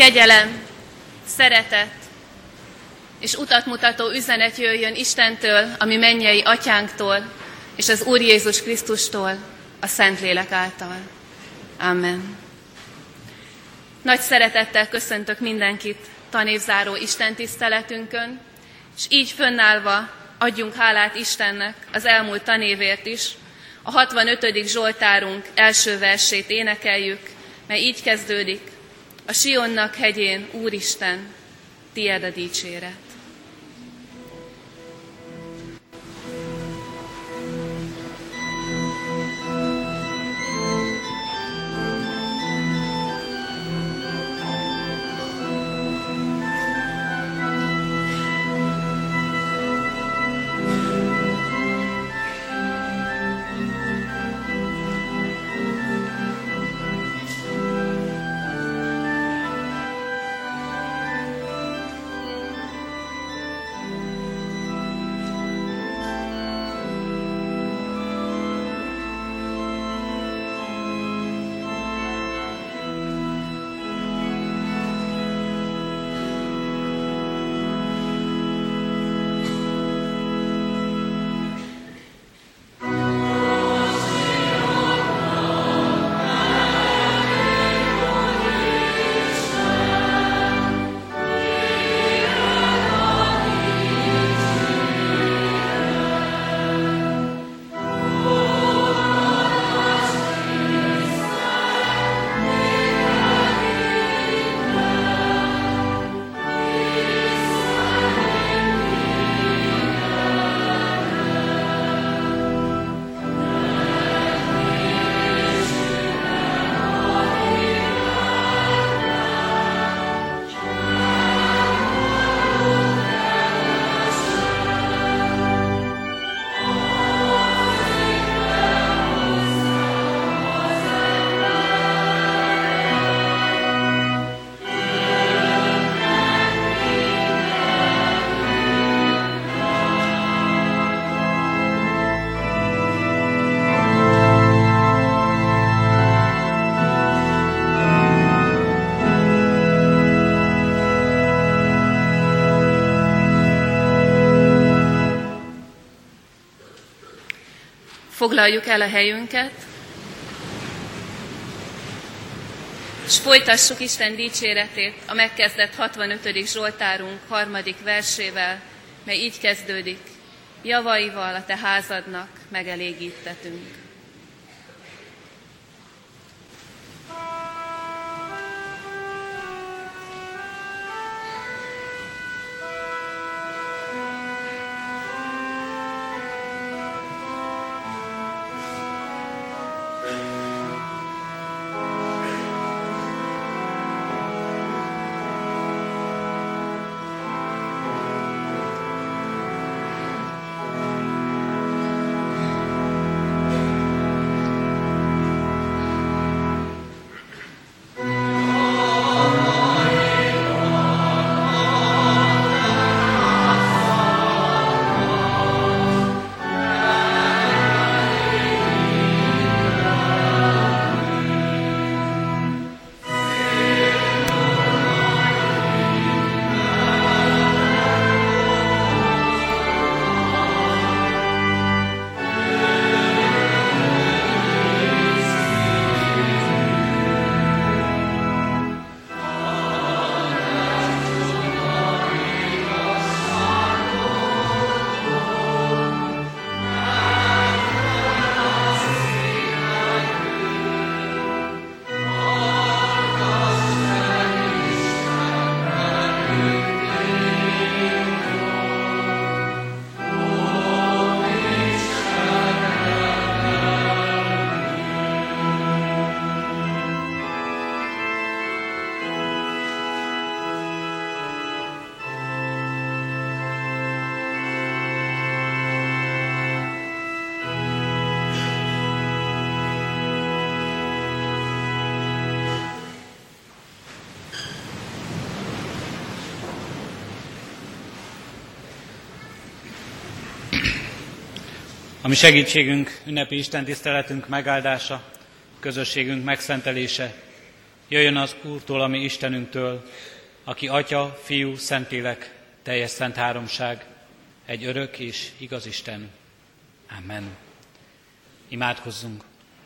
kegyelem, szeretet és utatmutató üzenet jöjjön Istentől, a mi mennyei Atyánktól, és az Úr Jézus Krisztustól, a Szentlélek által. Amen. Nagy szeretettel köszöntök mindenkit tanévzáró istentiszteletünkön, és így fönnállva adjunk hálát Istennek az elmúlt tanévért is. A 65. Zsoltárunk első versét énekeljük, mely így kezdődik: a Sionnak hegyén, Úristen, tied a dicséret. Foglaljuk el a helyünket, és folytassuk Isten dicséretét a megkezdett 65. Zsoltárunk 3. versével, mely így kezdődik: javaival a te házadnak megelégítetünk. A mi segítségünk, ünnepi istentiszteletünk megáldása, közösségünk megszentelése Jöjjön az Úrtól, ami Istenünktől, aki Atya, Fiú, Szentlélek, teljes szent háromság, egy örök és igaz Isten. Amen. Imádkozzunk.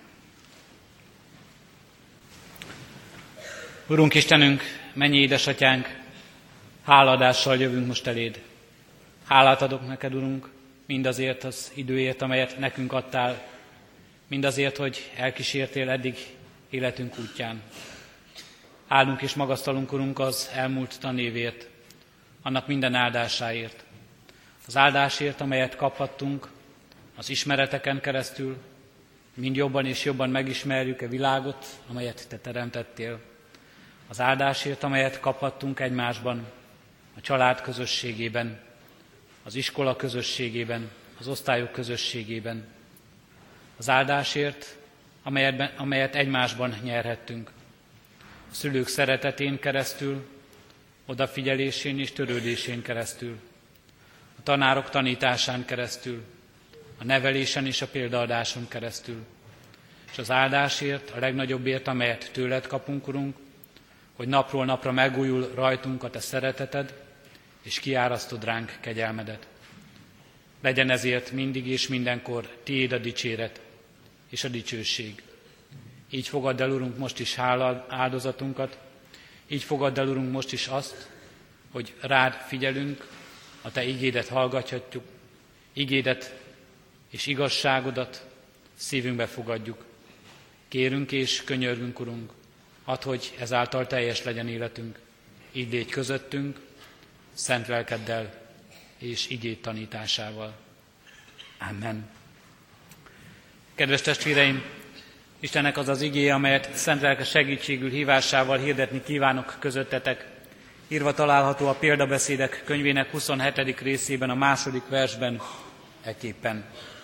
Urunk Istenünk, mennyi édesatyánk, háladással jövünk most eléd. Hálát adok neked, Urunk, mindazért az időért, amelyet nekünk adtál, mindazért, hogy elkísértél eddig életünk útján. Áldunk és magasztalunk, Urunk, az elmúlt tanévért, annak minden áldásáért. Az áldásért, amelyet kaphattunk az ismereteken keresztül, mind jobban és jobban megismerjük a világot, amelyet Te teremtettél. Az áldásért, amelyet kaphattunk egymásban, a család közösségében, az iskola közösségében, az osztályok közösségében. Az áldásért, amelyet egymásban nyerhettünk. A szülők szeretetén keresztül, odafigyelésén és törődésén keresztül, a tanárok tanításán keresztül, a nevelésen és a példaadáson keresztül. És az áldásért, a legnagyobbért, amelyet tőled kapunk, Urunk, hogy napról napra megújul rajtunk a Te szereteted, és kiárasztod ránk kegyelmedet. Legyen ezért mindig és mindenkor Tiéd a dicséret és a dicsőség. Így fogadd el, Urunk, most is hála áldozatunkat, így fogadd el, Urunk, most is azt, hogy rád figyelünk, a Te igédet hallgathatjuk, igédet és igazságodat szívünkbe fogadjuk. Kérünk és könyörgünk, Urunk, add, hogy ezáltal teljes legyen életünk. Így légy közöttünk, szent lelkeddel és igét tanításával. Amen. Kedves testvéreim, Istennek az az igéje, amelyet szent lelke segítségül hívásával hirdetni kívánok közöttetek, írva található a Példabeszédek könyvének 27. részében, a 2. versben ekképpen.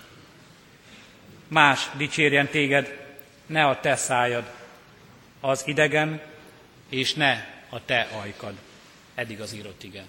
Más dicsérjen téged, ne a te szájad, az idegen, és ne a te ajkad. Eddig az írott ige.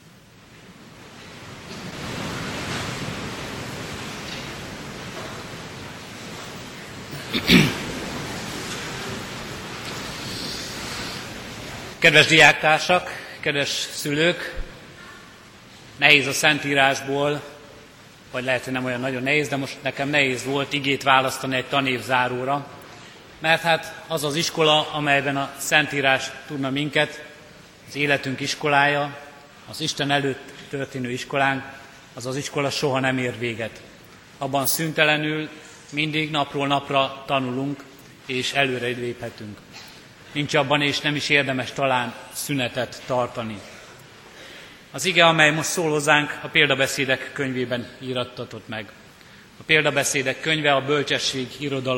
Kedves diáktársak, kedves szülők, nehéz a Szentírásból, vagy lehet, hogy nem olyan nagyon nehéz, de most nekem nehéz volt igét választani egy tanévzáróra, mert hát az az iskola, amelyben a Szentírás tudna minket, az életünk iskolája, az Isten előtt történő iskolánk, az az iskola soha nem ér véget. Abban szüntelenül mindig napról napra tanulunk, és előre léphetünk. Nincs abban, és nem is érdemes talán szünetet tartani. Az ige, amely most szól hozzánk, a Példabeszédek könyvében írattatott meg. A Példabeszédek könyve a bölcsesség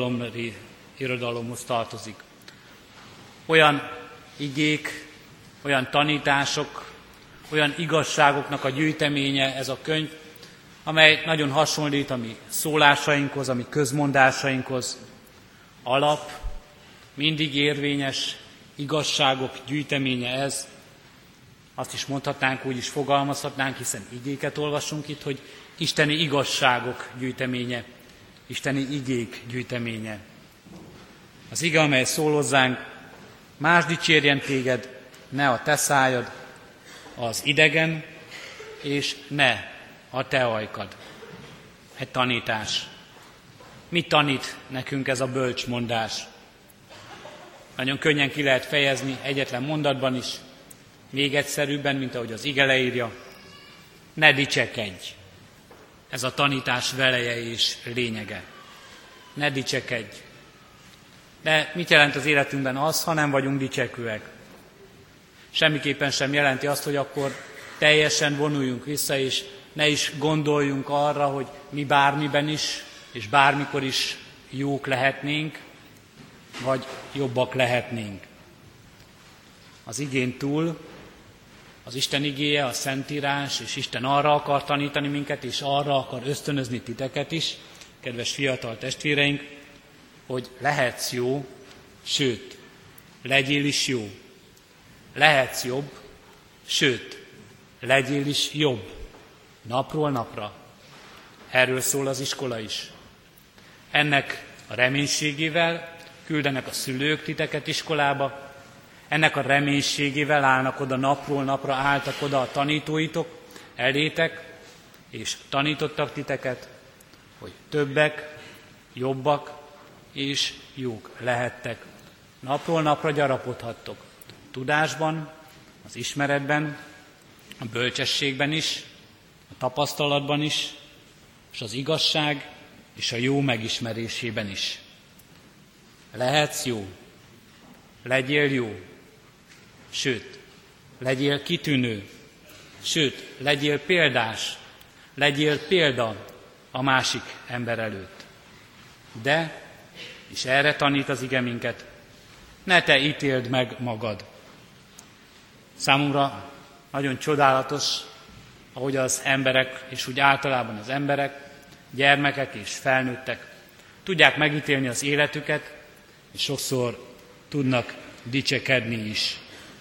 irodalomhoz tartozik. Olyan igék, olyan tanítások, olyan igazságoknak a gyűjteménye ez a könyv, amely nagyon hasonlít a mi szólásainkhoz, a mi közmondásainkhoz. Alap, mindig érvényes igazságok gyűjteménye ez. Azt is mondhatnánk, úgy is fogalmazhatnánk, hiszen igéket olvasunk itt, hogy isteni igazságok gyűjteménye, isteni igék gyűjteménye. Az ige, amely szól hozzánk, más dicsérjen téged, ne a te szájad, az idegen, és ne a te ajkad. Egy tanítás. Mit tanít nekünk ez a bölcsmondás? Nagyon könnyen ki lehet fejezni egyetlen mondatban is, még egyszerűbben, mint ahogy az ige leírja. Ne dicsekedj. Ez a tanítás veleje és lényege. Ne dicsekedj. De mit jelent az életünkben az, ha nem vagyunk dicsekvőek? Semmiképpen sem jelenti azt, hogy akkor teljesen vonuljunk vissza, és ne is gondoljunk arra, hogy mi bármiben is, és bármikor is jók lehetnénk, vagy jobbak lehetnénk. Az igén túl az Isten igéje, a Szentírás, és Isten arra akar tanítani minket, és arra akar ösztönözni titeket is, kedves fiatal testvéreink, hogy lehetsz jó, sőt, legyél is jó. Lehetsz jobb, sőt, legyél is jobb. Napról napra. Erről szól az iskola is. Ennek a reménységével küldenek a szülők titeket iskolába, Ennek a reménységével állnak oda, napról napra álltak oda a tanítóitok elétek, és tanítottak titeket, hogy többek, jobbak és jók lehettek. Napról napra gyarapodhattok. Tudásban, az ismeretben, a bölcsességben is, a tapasztalatban is, és az igazság és a jó megismerésében is. Lehetsz jó, legyél jó, sőt, legyél kitűnő, sőt, legyél példás, legyél példa a másik ember előtt. De, és erre tanít az ige minket, ne te ítéld meg magad. Számomra nagyon csodálatos, ahogy az emberek, és úgy általában az emberek, gyermekek és felnőttek tudják megítélni az életüket, és sokszor tudnak dicsekedni is.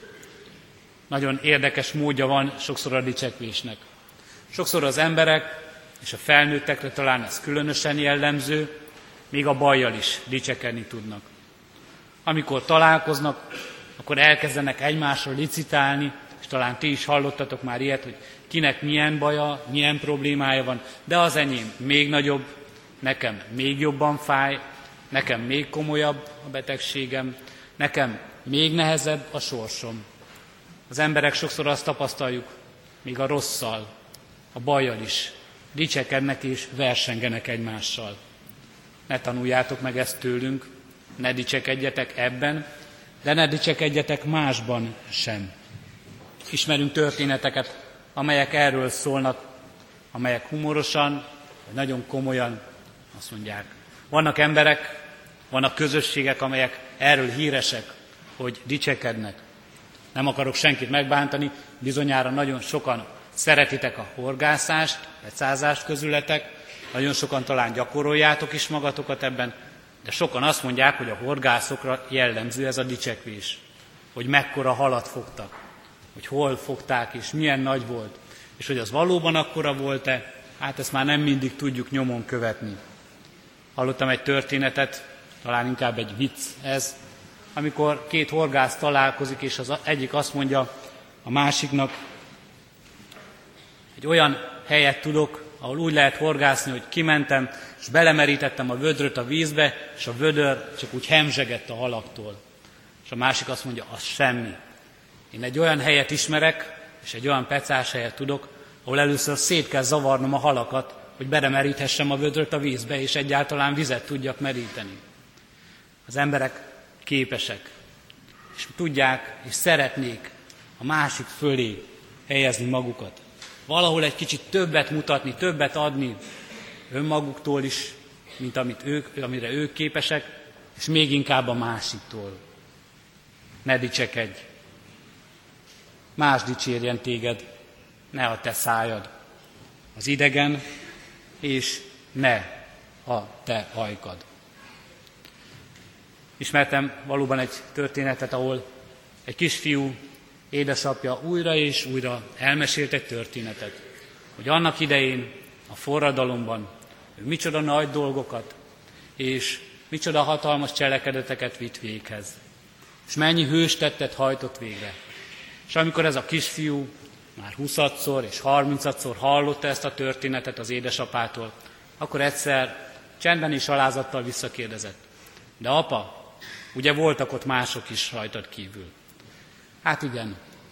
Nagyon érdekes módja van sokszor a dicsekvésnek. Sokszor az emberek, és a felnőttekre talán ez különösen jellemző, még a bajjal is dicsekedni tudnak. Amikor találkoznak, akkor elkezdenek egymásról licitálni, és talán ti is hallottatok már ilyet, hogy kinek milyen baja, milyen problémája van, de az enyém még nagyobb, nekem még jobban fáj, nekem még komolyabb a betegségem, nekem még nehezebb a sorsom. Az emberek sokszor azt tapasztaljuk, még a rosszal, a bajjal is dicsekednek és versengenek egymással. Ne tanuljátok meg ezt tőlünk, ne dicsekedjetek ebben, de ne dicsekedjetek másban sem. Ismerünk történeteket, amelyek erről szólnak, amelyek humorosan, vagy nagyon komolyan azt mondják. Vannak emberek, vannak közösségek, amelyek erről híresek, hogy dicsekednek. Nem akarok senkit megbántani, bizonyára nagyon sokan szeretitek a horgászást, pecázást közületek, nagyon sokan talán gyakoroljátok is magatokat ebben, de sokan azt mondják, hogy a horgászokra jellemző ez a dicsekvés, hogy mekkora halat fogtak, hogy hol fogták és milyen nagy volt, és hogy az valóban akkora volt-e, hát ezt már nem mindig tudjuk nyomon követni. Hallottam egy történetet, talán inkább egy vicc ez, amikor két horgász találkozik, és az egyik azt mondja a másiknak, egy olyan helyet tudok, ahol úgy lehet horgászni, hogy kimentem, és belemerítettem a vödröt a vízbe, és a vödör csak úgy hemzsegett a halaktól. És a másik azt mondja, az semmi. Én egy olyan helyet ismerek, és egy olyan pecás helyet tudok, ahol először szét kell zavarnom a halakat, hogy belemeríthessem a vödröt a vízbe, és egyáltalán vizet tudjak meríteni. Az emberek képesek, és tudják, és szeretnék a másik fölé helyezni magukat. Valahol egy kicsit többet mutatni, többet adni önmaguktól is, mint amire ők képesek, és még inkább a másiktól. Ne dicsekedj! Más dicsérjen téged, ne a te szájad. Az idegen, és ne a te ajkad. Ismertem valóban egy történetet, ahol egy kisfiú édesapja újra és újra elmesélt egy történetet, hogy annak idején a forradalomban ő micsoda nagy dolgokat és micsoda hatalmas cselekedeteket vitt véghez, és mennyi hőstettet hajtott végre. És amikor ez a kisfiú már 20-szor és 30-szor hallotta ezt a történetet az édesapától, akkor egyszer csendben és alázattal visszakérdezett. De apa, ugye voltak ott mások is rajtad kívül? Hát igen.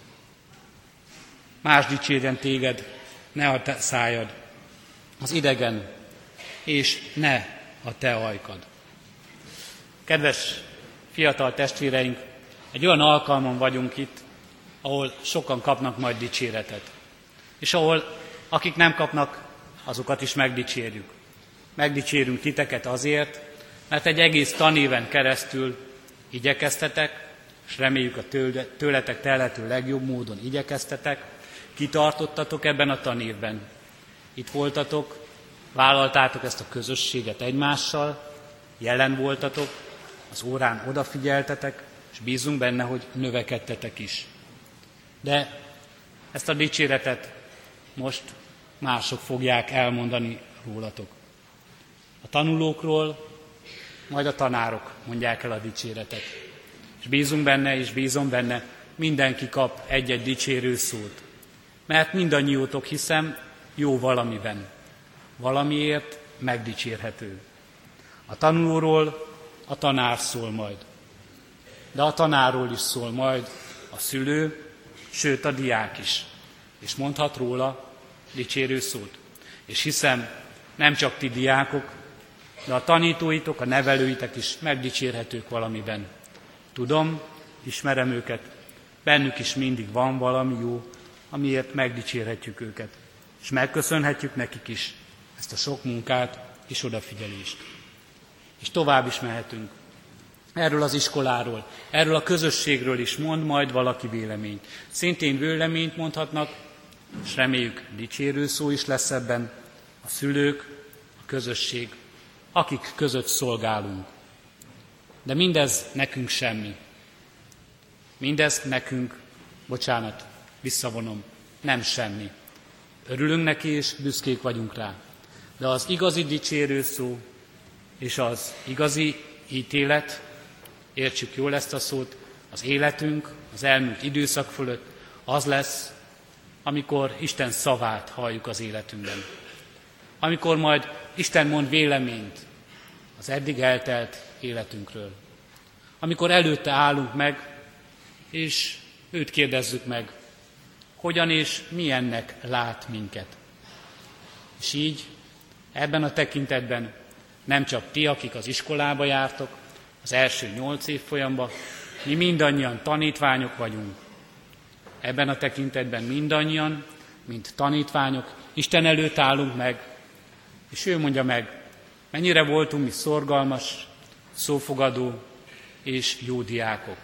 Más dicsérjen téged, ne a te szájad, az idegen, és ne a te ajkad. Kedves fiatal testvéreink, egy olyan alkalmon vagyunk itt, ahol sokan kapnak majd dicséretet. És ahol akik nem kapnak, azokat is megdicsérjük. Megdicsérünk titeket azért, mert egy egész tanéven keresztül igyekeztetek, és reméljük a tőletek telhető legjobb módon igyekeztetek, kitartottatok ebben a tanévben. Itt voltatok, vállaltátok ezt a közösséget egymással, jelen voltatok, az órán odafigyeltetek, és bízunk benne, hogy növekedtetek is. De ezt a dicséretet most mások fogják elmondani rólatok. A tanulókról majd a tanárok mondják el a dicséretet. És és bízunk benne, és bízom benne, mindenki kap egy-egy dicsérő szót. Mert mindannyiótok hiszem jó valamiben, valamiért megdicsérhető. A tanulóról a tanár szól majd, de a tanárról is szól majd a szülő, sőt a diák is, és mondhat róla dicsérő szót. És hiszem, nem csak ti diákok, de a tanítóitok, a nevelőitek is megdicsérhetők valamiben. Tudom, ismerem őket, bennük is mindig van valami jó, amiért megdicsérhetjük őket, és megköszönhetjük nekik is ezt a sok munkát és odafigyelést. És tovább is mehetünk. Erről az iskoláról, erről a közösségről is mond majd valaki véleményt. Szintén véleményt mondhatnak, és reméljük dicsérő szó is lesz ebben, a szülők, a közösség, akik között szolgálunk. De mindez nekünk semmi. Mindez nekünk, visszavonom, nem semmi. Örülünk neki, és büszkék vagyunk rá. De az igazi dicsérő szó és az igazi ítélet, értsük jól ezt a szót, az életünk, az elmúlt időszak fölött az lesz, amikor Isten szavát halljuk az életünkben. Amikor majd Isten mond véleményt az eddig eltelt életünkről. Amikor előtte állunk meg, és őt kérdezzük meg, hogyan és milyennek lát minket. És így ebben a tekintetben nem csak ti, akik az iskolába jártok, az első 8 évfolyamban, mi mindannyian tanítványok vagyunk. Ebben a tekintetben mindannyian, mint tanítványok, Isten előtt állunk meg, és ő mondja meg, mennyire voltunk mi szorgalmas, szófogadó és jó diákok.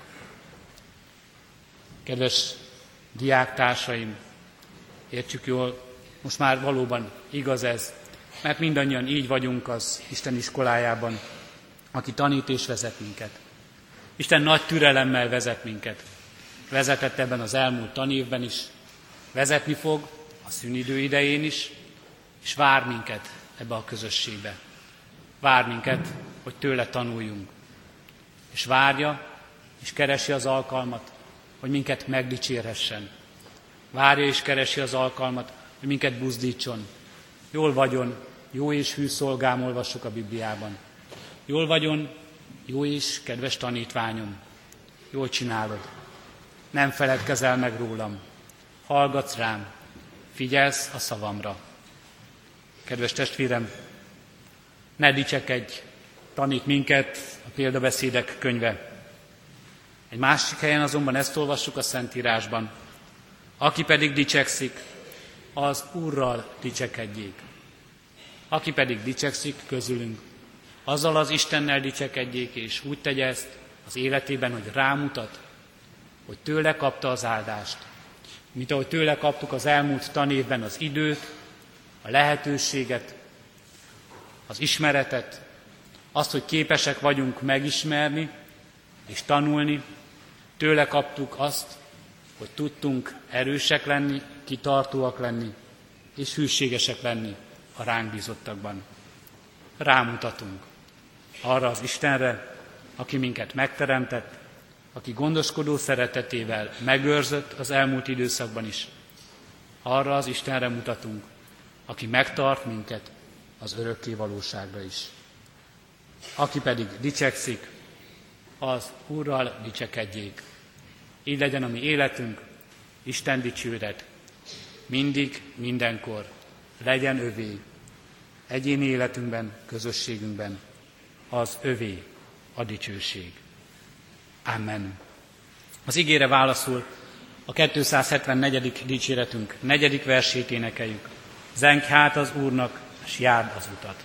Kedves diáktársaim, értjük jól, most már valóban igaz ez, mert mindannyian így vagyunk az Isten iskolájában, aki tanít és vezet minket. Isten nagy türelemmel vezet minket. Vezetett ebben az elmúlt tanévben is, vezetni fog a szünidő idején is, és vár minket ebbe a közösségbe. Vár minket, hogy tőle tanuljunk. És várja, és keresi az alkalmat, hogy minket megdicsérhessen. Várja és keresi az alkalmat, hogy minket buzdítson. Jól vagyon, jó és hű szolgám, olvassuk a Bibliában. Jól vagyon, jó és kedves tanítványom. Jól csinálod. Nem feledkezel meg rólam. Hallgatsz rám. Figyelsz a szavamra. Kedves testvérem, ne dicsekedj, tanít minket a példabeszédek könyve. Egy másik helyen azonban ezt olvassuk a Szentírásban. Aki pedig dicsekszik, az Úrral dicsekedjék. Aki pedig dicsekszik közülünk, azzal az Istennel dicsekedjék, és úgy tegye ezt az életében, hogy rámutat, hogy tőle kapta az áldást. Mint ahogy tőle kaptuk az elmúlt tanévben az időt, a lehetőséget, az ismeretet, azt, hogy képesek vagyunk megismerni és tanulni, tőle kaptuk azt, hogy tudtunk erősek lenni, kitartóak lenni, és hűségesek lenni a ránk bízottakban. Rámutatunk arra az Istenre, aki minket megteremtett, aki gondoskodó szeretetével megőrzött az elmúlt időszakban is. Arra az Istenre mutatunk, aki megtart minket az örökké valóságra is. Aki pedig dicsekszik, az Úrral dicsekedjék. Így legyen a mi életünk, Isten dicsőret, mindig, mindenkor legyen övé, egyéni életünkben, közösségünkben, az övé a dicsőség. Amen. Az igére válaszul a 274. dicséretünk 4. versét énekeljük. Zengj hát az Úrnak, s járd az utat.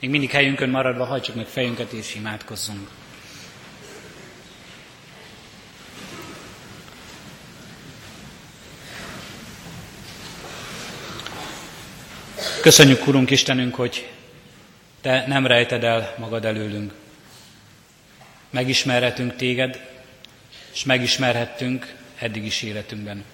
Még mindig helyünkön maradva hajtsuk meg fejünket és imádkozzunk. Köszönjük, Urunk Istenünk, hogy Te nem rejted el magad előlünk. Megismerhetünk Téged, és megismerhettünk eddig is életünkben.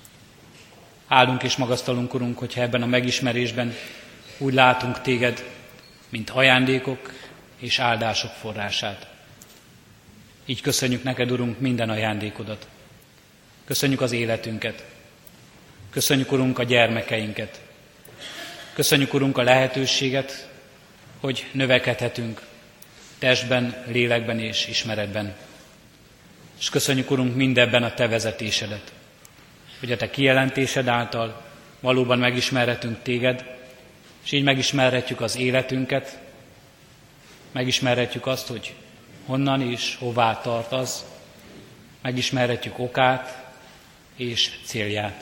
Áldunk és magasztalunk, Urunk, hogyha ebben a megismerésben úgy látunk Téged, mint ajándékok és áldások forrását. Így köszönjük neked, Urunk, minden ajándékodat. Köszönjük az életünket. Köszönjük, Urunk, a gyermekeinket. Köszönjük, Urunk, a lehetőséget, hogy növekedhetünk testben, lélekben és ismeretben. És köszönjük, Urunk, mindebben a Te vezetésedet, hogy a Te kijelentésed által valóban megismerhetünk Téged, és így megismerhetjük az életünket, megismerhetjük azt, hogy honnan és hová tart az, megismerhetjük okát és célját.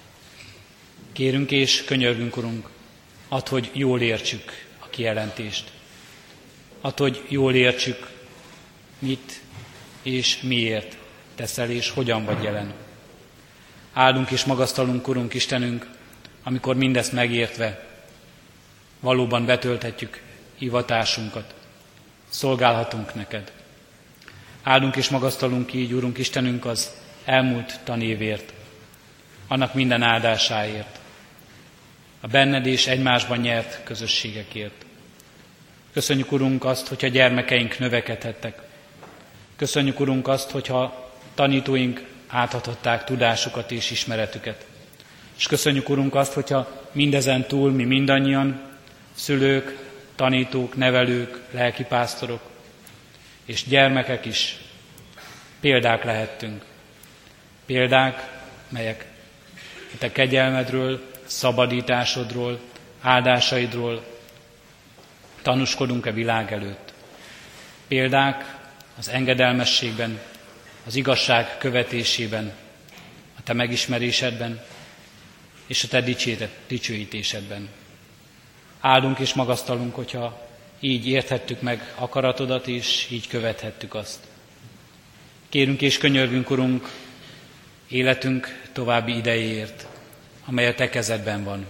Kérünk és könyörgünk, Urunk, add, hogy jól értsük a kijelentést. Add, hogy jól értsük, mit és miért teszel és hogyan vagy jelen. Áldunk és magasztalunk, Urunk Istenünk, amikor mindezt megértve valóban betölthetjük hivatásunkat, szolgálhatunk neked. Áldunk és magasztalunk így, Urunk Istenünk, az elmúlt tanévért, annak minden áldásáért, a benned és egymásban nyert közösségekért. Köszönjük, Urunk, azt, hogyha gyermekeink növekedhettek. Köszönjük, Urunk, azt, hogyha tanítóink átadhatták tudásukat és ismeretüket. És köszönjük, Urunk, azt, hogyha mindezen túl mi mindannyian, szülők, tanítók, nevelők, lelkipásztorok és gyermekek is példák lehettünk. Példák, melyek a Te kegyelmedről, szabadításodról, áldásaidról tanúskodunk a világ előtt. Példák az engedelmességben, az igazság követésében, a Te megismerésedben és a Te dicsőítésedben. Áldunk és magasztalunk, hogyha így érthettük meg akaratodat, és így követhettük azt. Kérünk és könyörgünk, Urunk, életünk további idejéért, amely a Te kezedben van.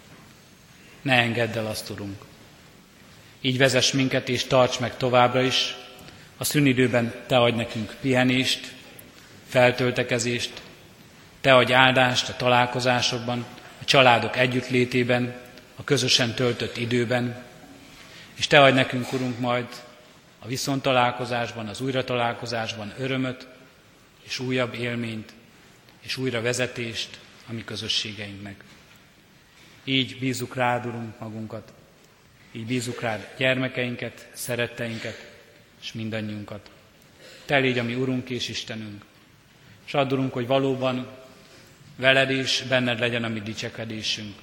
Ne engedd el azt, Urunk. Így vezess minket, és tarts meg továbbra is. A szünidőben Te adj nekünk pihenést, feltöltekezést, Te adj áldást a találkozásokban, a családok együttlétében, a közösen töltött időben, és Te adj nekünk, Urunk, majd a viszontalálkozásban, az újratalálkozásban örömöt, és újabb élményt, és újra vezetést a mi közösségeinknek. Így bízzuk rád, Urunk, magunkat, így bízzuk rád gyermekeinket, szeretteinket, és mindannyiunkat. Te légy a mi Urunk és Istenünk, és add, Urunk, hogy valóban veled és benned legyen a mi dicsekedésünk.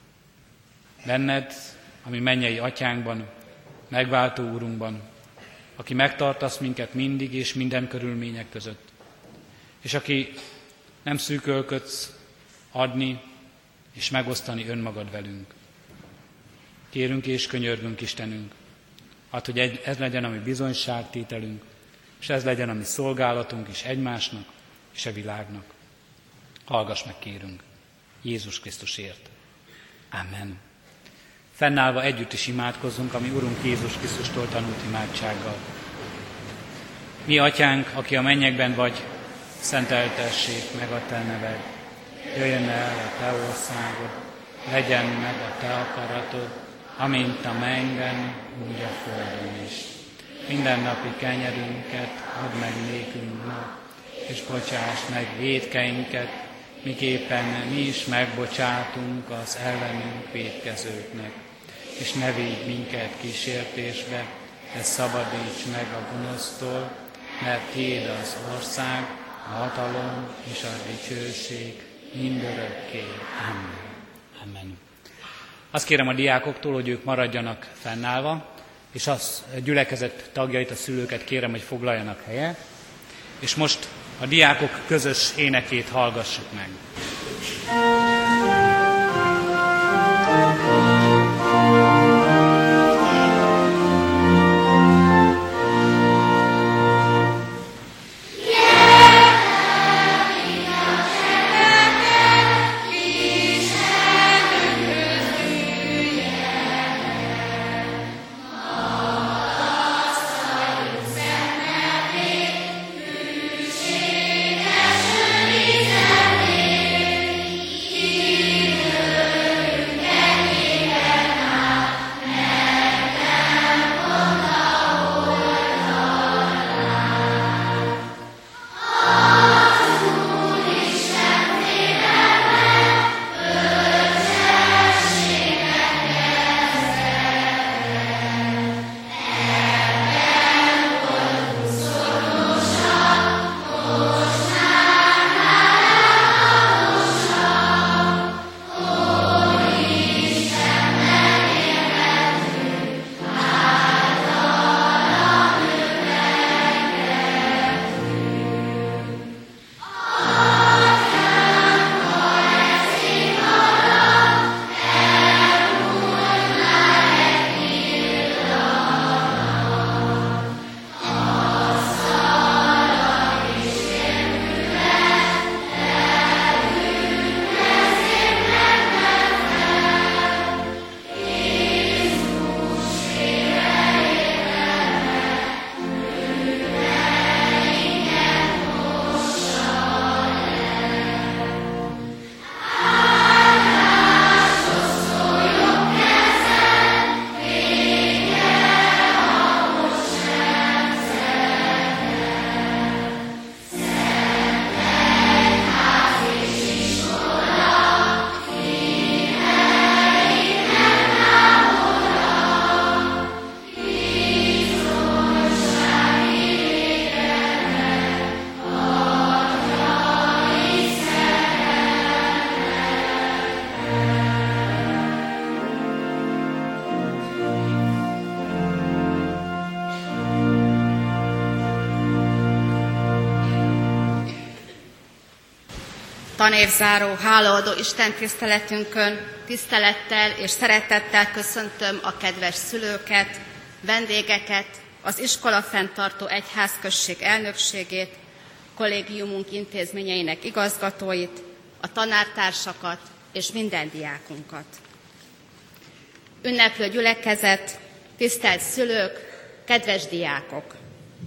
Benned, a mi mennyei atyánkban, megváltó Urunkban, aki megtartasz minket mindig és minden körülmények között, és aki nem szűkölködsz adni és megosztani önmagad velünk. Kérünk és könyörgünk, Istenünk, add, hogy ez legyen a mi bizonyságtételünk, és ez legyen a mi szolgálatunk is egymásnak és a világnak. Hallgass meg, kérünk, Jézus Krisztusért. Amen. Fennállva együtt is imádkozzunk a mi Urunk Jézus Krisztustól tanult imádsággal. Mi Atyánk, aki a mennyekben vagy, szenteltessék meg a Te neved. Jöjjön el a Te országod, legyen meg a Te akaratod, amint a mennyben, úgy a földön is. Mindennapi kenyerünket add meg nékünk ma, és bocsáss meg vétkeinket, miképpen mi is megbocsátunk az ellenünk vétkezőknek. És ne védj minket kísértésbe, de szabadíts meg a gonosztól, mert Tiéd az ország, a hatalom és a dicsőség mindörökké. Amen. Amen. Azt kérem a diákoktól, hogy ők maradjanak fennállva, és a gyülekezet tagjait, a szülőket kérem, hogy foglaljanak helyet, és most a diákok közös énekét hallgassuk meg. Tanévzáró, hálaadó istentiszteletünkön tisztelettel és szeretettel köszöntöm a kedves szülőket, vendégeket, az iskola fenntartó egyházközség elnökségét, kollégiumunk intézményeinek igazgatóit, a tanártársakat és minden diákunkat. Ünneplő gyülekezet, tisztelt szülők, kedves diákok!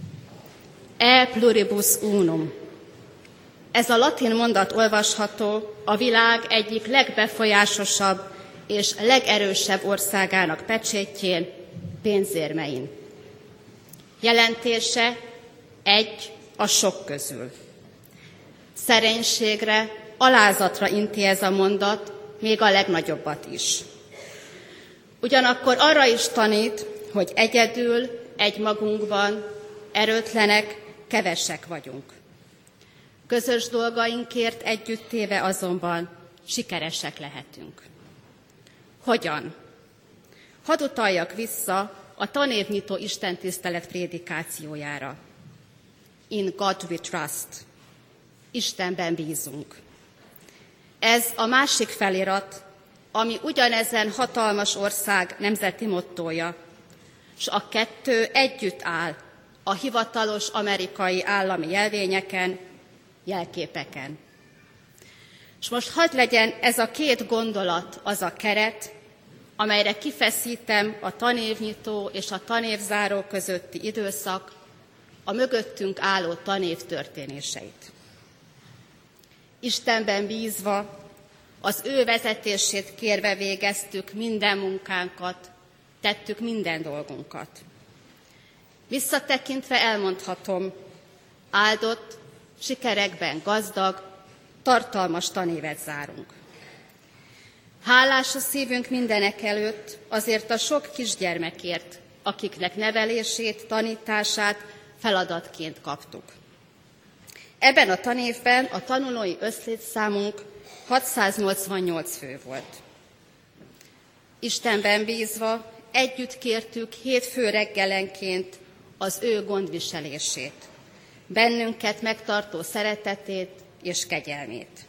E pluribus unum. Ez a latin mondat olvasható a világ egyik legbefolyásosabb és legerősebb országának pecsétjén, pénzérmein. Jelentése egy a sok közül. Szerénységre, alázatra inti ez a mondat, még a legnagyobbat is. Ugyanakkor arra is tanít, hogy egyedül, egymagunkban, erőtlenek, kevesek vagyunk. Közös dolgainkért együttéve azonban sikeresek lehetünk. Hogyan? Hadd utaljak vissza a tanévnyitó istentisztelet prédikációjára. In God we trust. Istenben bízunk. Ez a másik felirat, ami ugyanezen hatalmas ország nemzeti mottója, s a kettő együtt áll a hivatalos amerikai állami jelvényeken, jelképeken. És most hadd legyen ez a két gondolat az a keret, amelyre kifeszítem a tanévnyitó és a tanévzáró közötti időszak, a mögöttünk álló tanév történéseit. Istenben bízva, az ő vezetését kérve végeztük minden munkánkat, tettük minden dolgunkat. Visszatekintve elmondhatom, áldott, sikerekben gazdag, tartalmas tanévet zárunk. Hálás a szívünk mindenek előtt azért a sok kisgyermekért, akiknek nevelését, tanítását feladatként kaptuk. Ebben a tanévben a tanulói összlétszámunk 688 fő volt. Istenben bízva együtt kértük hétfő reggelenként az ő gondviselését, bennünket megtartó szeretetét és kegyelmét.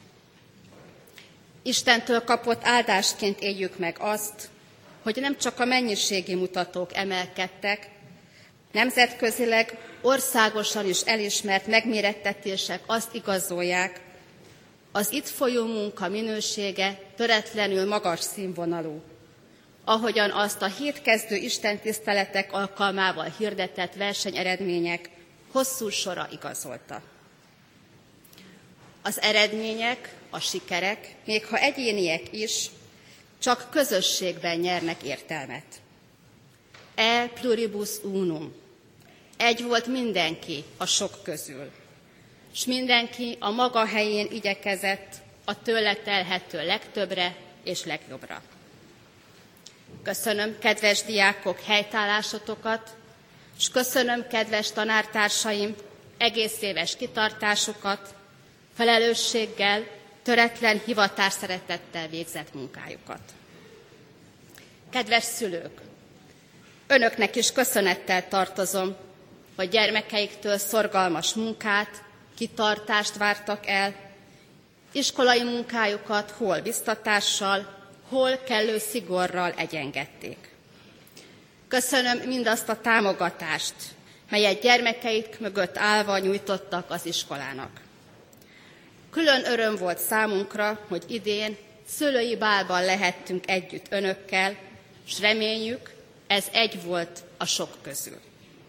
Istentől kapott áldásként éljük meg azt, hogy nem csak a mennyiségi mutatók emelkedtek, nemzetközileg, országosan is elismert megmérettetések azt igazolják, az itt folyó munka minősége töretlenül magas színvonalú, ahogyan azt a hétkezdő istentiszteletek alkalmával hirdetett versenyeredmények hosszú sora igazolta. Az eredmények, a sikerek, még ha egyéniek is, csak közösségben nyernek értelmet. E pluribus unum. Egy volt mindenki a sok közül, s mindenki a maga helyén igyekezett a tőle telhető legtöbbre és legjobbra. Köszönöm, kedves diákok, helytállásotokat, és köszönöm, kedves tanártársaim, egész éves kitartásukat, felelősséggel, töretlen hivatásszeretettel végzett munkájukat. Kedves szülők, önöknek is köszönettel tartozom, hogy gyermekeiktől szorgalmas munkát, kitartást vártak el, iskolai munkájukat hol biztatással, hol kellő szigorral egyengették. Köszönöm mindazt a támogatást, melyet gyermekeik mögött állva nyújtottak az iskolának. Külön öröm volt számunkra, hogy idén szülői bálban lehettünk együtt önökkel, s reméljük, ez egy volt a sok közül.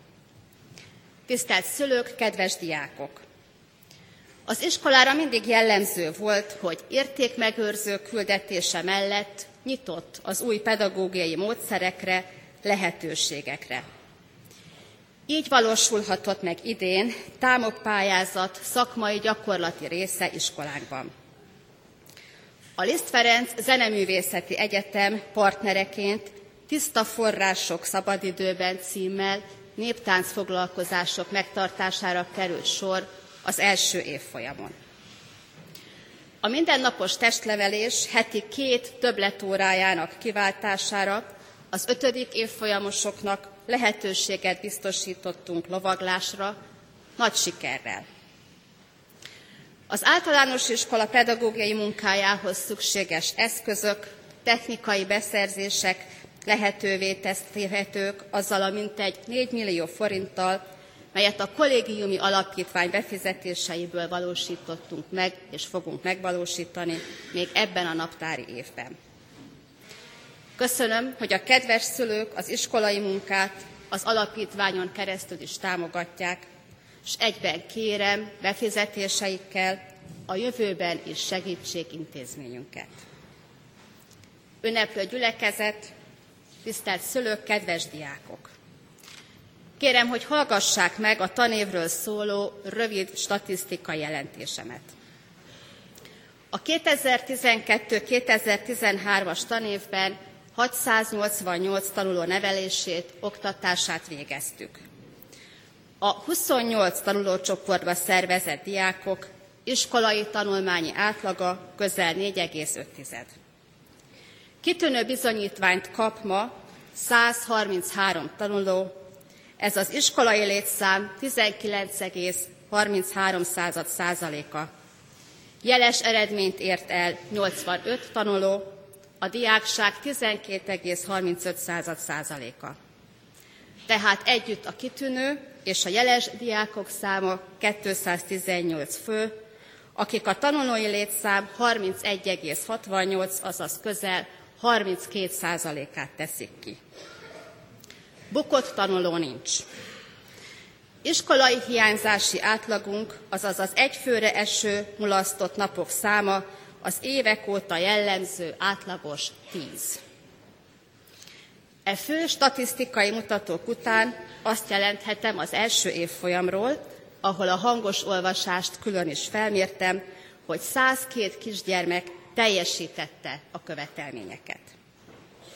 Tisztelt szülők, kedves diákok! Az iskolára mindig jellemző volt, hogy értékmegőrző küldetése mellett nyitott az új pedagógiai módszerekre, lehetőségekre. Így valósulhatott meg idén támogpályázat szakmai gyakorlati része iskolánkban. A Liszt Ferenc Zeneművészeti Egyetem partnereként Tiszta források szabadidőben címmel néptáncfoglalkozások megtartására került sor az első évfolyamon. A mindennapos testnevelés heti 2 többletórájának kiváltására az 5. évfolyamosoknak lehetőséget biztosítottunk lovaglásra, nagy sikerrel. Az általános iskola pedagógiai munkájához szükséges eszközök, technikai beszerzések lehetővé teszhetők azzal a mintegy 4 millió forinttal, melyet a kollégiumi alapítvány befizetéseiből valósítottunk meg, és fogunk megvalósítani még ebben a naptári évben. Köszönöm, hogy a kedves szülők az iskolai munkát az alapítványon keresztül is támogatják, és egyben kérem befizetéseikkel a jövőben is segítsék intézményünket. Ünneplő gyülekezet, tisztelt szülők, kedves diákok! Kérem, hogy hallgassák meg a tanévről szóló rövid statisztikai jelentésemet. A 2012-2013-as tanévben 688 tanuló nevelését, oktatását végeztük. A 28 tanulócsoportba szervezett diákok iskolai tanulmányi átlaga közel 4,5. Kitűnő bizonyítványt kap ma 133 tanuló, ez az iskolai létszám 19,33%-a. Jeles eredményt ért el 85 tanuló, a diákság 12,35%-a. Tehát együtt a kitűnő és a jeles diákok száma 218 fő, akik a tanulói létszám 31,68, azaz közel 32%-át teszik ki. Bukott tanuló nincs. Iskolai hiányzási átlagunk, azaz az egyfőre eső mulasztott napok száma az évek óta jellemző átlagos 10. E fő statisztikai mutatók után azt jelenthetem az első évfolyamról, ahol a hangos olvasást külön is felmértem, hogy 102 kisgyermek teljesítette a követelményeket.